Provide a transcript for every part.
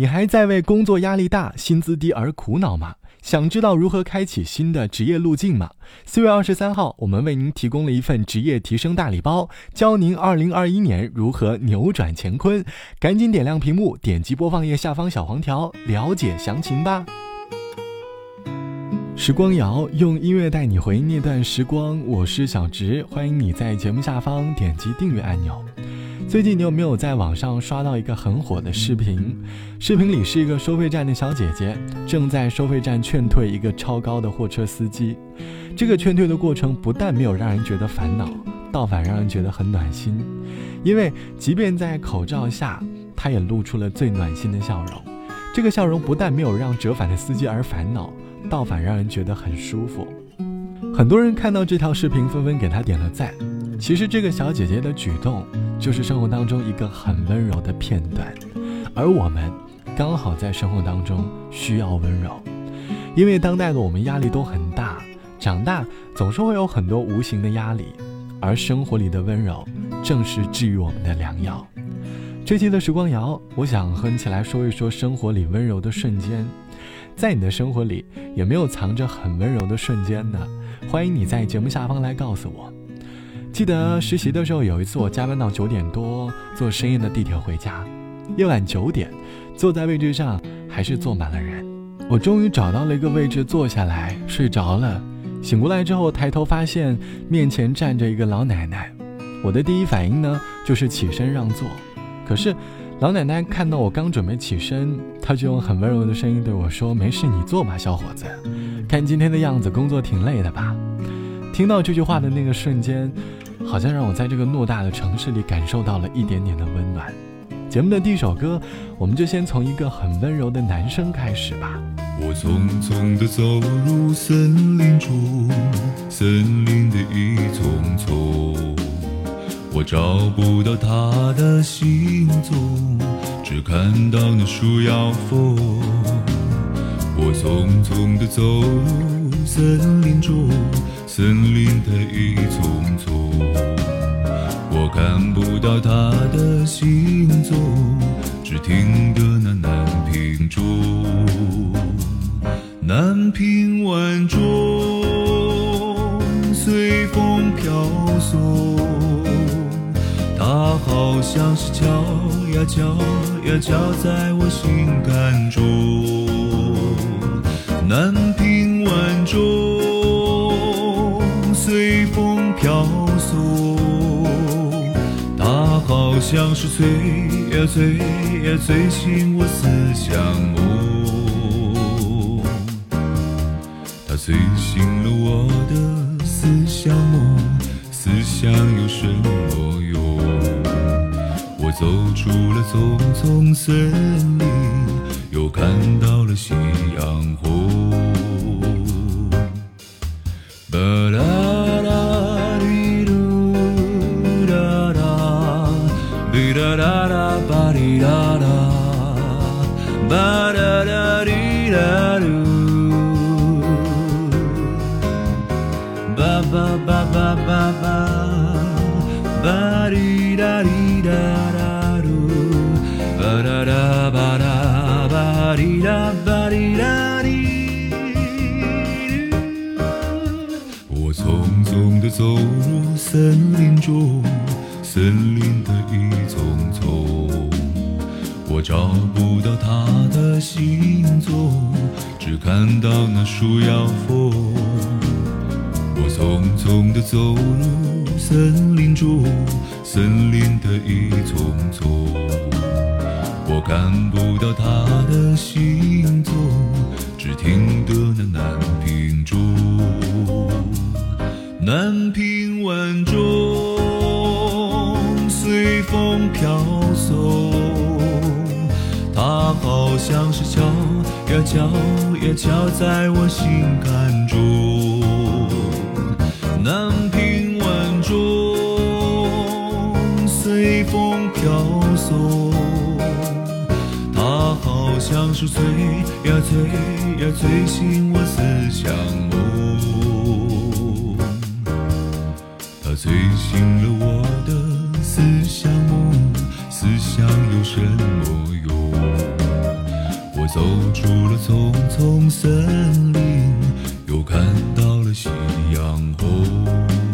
你还在为工作压力大、薪资低而苦恼吗？想知道如何开启新的职业路径吗？4月23号，我们为您提供了一份职业提升大礼包，教您2021年如何扭转乾坤。赶紧点亮屏幕，点击播放页下方小黄条，了解详情吧。时光谣，用音乐带你回忆那段时光，我是小直，欢迎你在节目下方点击订阅按钮。最近你有没有在网上刷到一个很火的视频？视频里是一个收费站的小姐姐，正在收费站劝退一个超高的货车司机。这个劝退的过程不但没有让人觉得烦恼，倒反让人觉得很暖心，因为即便在口罩下，她也露出了最暖心的笑容。这个笑容不但没有让折返的司机而烦恼，倒反让人觉得很舒服。很多人看到这条视频纷纷给她点了赞。其实这个小姐姐的举动就是生活当中一个很温柔的片段，而我们刚好在生活当中需要温柔。因为当代的我们压力都很大，长大总是会有很多无形的压力，而生活里的温柔正是治愈我们的良药。这期的时光谣，我想和你一起来说一说生活里温柔的瞬间。在你的生活里有没有藏着很温柔的瞬间呢？欢迎你在节目下方来告诉我。记得实习的时候，有一次我加班到9点多，坐深夜的地铁回家，夜晚9点，坐在位置上还是坐满了人。我终于找到了一个位置坐下来，睡着了。醒过来之后抬头发现面前站着一个老奶奶，我的第一反应呢就是起身让座。可是老奶奶看到我刚准备起身，她就用很温柔的声音对我说：“没事，你坐吧，小伙子，看今天的样子工作挺累的吧。”听到这句话的那个瞬间，好像让我在这个偌大的城市里感受到了一点点的温暖。节目的第一首歌，我们就先从一个很温柔的男生开始吧。 我匆匆地走入森林中，森林的一丛丛，我找不到他的行踪，只看到那树摇风。我匆匆地走入森林中，森林的一丛丛，我看不到他的行踪，只听得那南屏钟，南屏晚钟随风飘送，它好像是敲呀敲呀敲在我心坎中，南屏晚钟随风飘送，它好像是催呀催呀催醒我思乡梦，它催醒了我的思乡梦，思乡有什么用？我走出了丛丛森林，又看到了夕阳红。巴啦啦哩噜啦啦，哩啦啦啦巴哩啦啦，巴啦啦哩啦噜，巴巴巴巴巴巴，巴哩啦哩啦啦噜，巴啦啦巴啦巴哩啦巴哩啦哩。我匆匆地走入森林中，森林的一丛丛，我找不到他的行踪，只看到那树摇风。我匆匆地走入森林中，森林的一丛丛，我看不到他的行踪，只听得那南屏钟，南屏晚钟随风飘送，它好像是敲呀敲呀敲在我心坎中，南屏晚钟随风飘送，它好像是催呀催呀催醒我思乡梦，它催醒了我的思乡梦，思乡有什么用？ 走出了丛丛森林，又看到了夕阳红。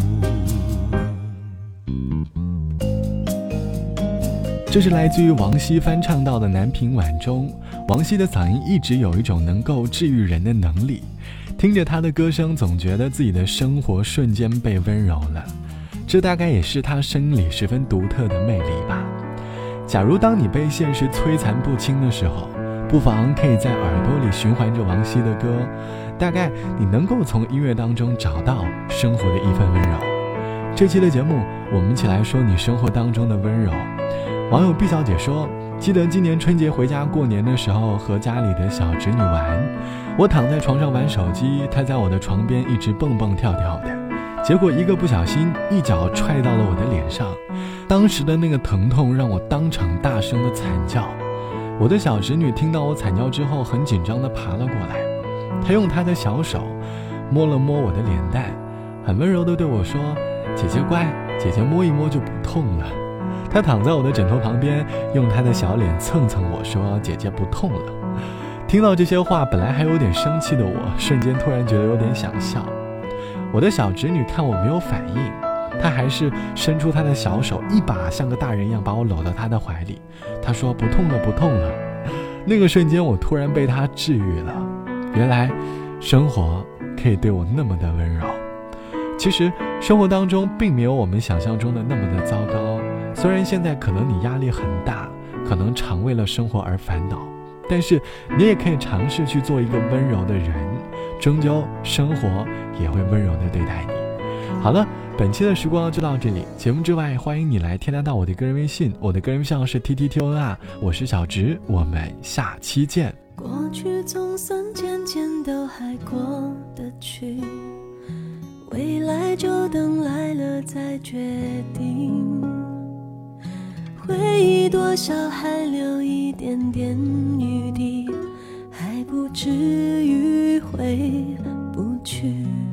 这是来自于王晰翻唱到的《南屏晚钟》。王晰的嗓音一直有一种能够治愈人的能力，听着他的歌声，总觉得自己的生活瞬间被温柔了。这大概也是他声音里十分独特的魅力吧。假如当你被现实摧残不清的时候，不妨可以在耳朵里循环着王晰的歌，大概你能够从音乐当中找到生活的一份温柔。这期的节目，我们一起来说你生活当中的温柔。网友毕小姐说，记得今年春节回家过年的时候，和家里的小侄女玩，我躺在床上玩手机，她在我的床边一直蹦蹦跳跳的，结果一个不小心一脚踹到了我的脸上，当时的那个疼痛让我当场大声的惨叫。我的小侄女听到我惨叫之后，很紧张地爬了过来，她用她的小手摸了摸我的脸蛋，很温柔地对我说，姐姐乖，姐姐摸一摸就不痛了。她躺在我的枕头旁边，用她的小脸蹭蹭我，说姐姐不痛了。听到这些话，本来还有点生气的我，瞬间突然觉得有点想笑。我的小侄女看我没有反应，她还是伸出她的小手，一把像个大人一样把我搂到她的怀里。她说不痛了，不痛了。那个瞬间我突然被她治愈了，原来生活可以对我那么的温柔。其实生活当中并没有我们想象中的那么的糟糕，虽然现在可能你压力很大，可能常为了生活而烦恼，但是你也可以尝试去做一个温柔的人，终究生活也会温柔的对待你。好了，本期的时光就到这里，节目之外欢迎你来添加到我的个人微信，我的个人微信号是 TTTONR， 我是小直，我们下期见。 过去总算渐渐都还过得去，未来就等来了再决定，回忆多少还留一点点余地，还不至于回不去。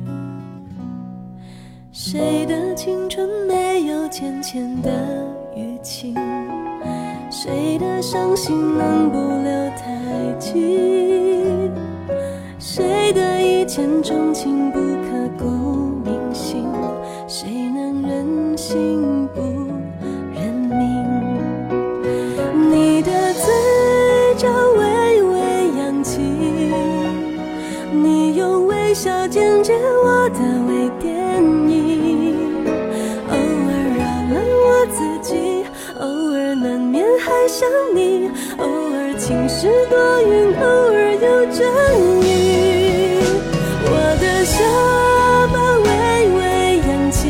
谁的青春没有浅浅的淤青，谁的伤心能不留太近，谁的一见钟情不刻骨铭心，谁能忍心不认命。你的嘴角微微扬起，你用微笑剪接我的微电影，偶尔扰了我自己，偶尔难免还想你，偶尔晴时多云，偶尔有阵雨。我的下巴微微扬起，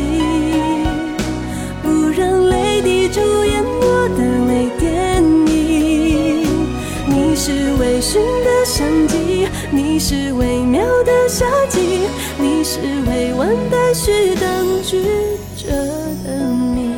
不让泪滴主演我的微电影。你是微醺的相机，你是微妙的夏季，你是未完待续当局者的命。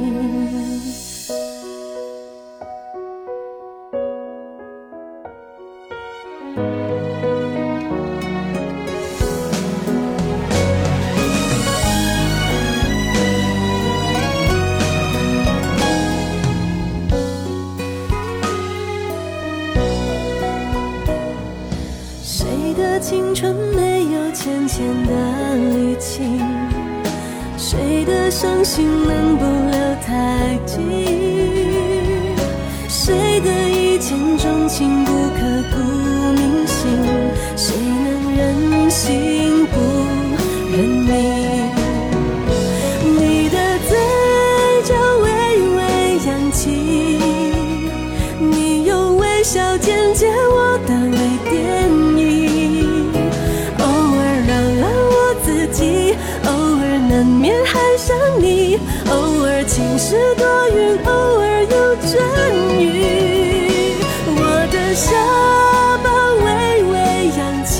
谁的青春没有浅浅的淤青，谁的伤心能不留太近，谁的一见钟情不刻骨铭心，谁能忍心不认命。你的嘴角微微扬起，你用微笑剪接我的微电影，偶尔扰了我自己，偶尔难免还想你，偶尔晴时多云，偶尔有阵雨。我的下巴微微扬起，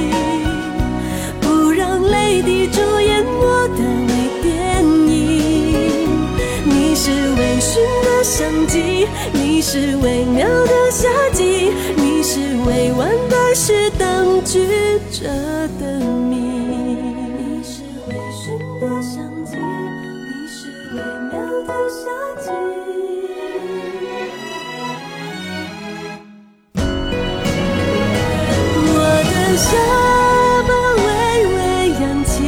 不让泪滴主演我的微电影。你是微醺的相机，你是微妙的夏季，你是未完待续当局者的命。你是微醺的相机，你是微妙的夏季。 下吧，微微扬起，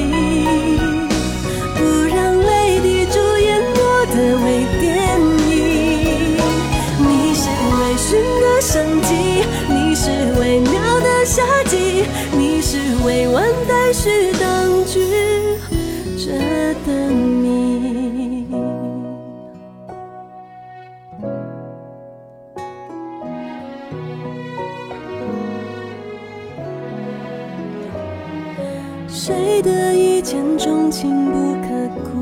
不让泪滴主演我的微电影。你是微醺的生机，你是微妙的夏季，你是未完待续当局者的你。谁的一见钟情不刻骨，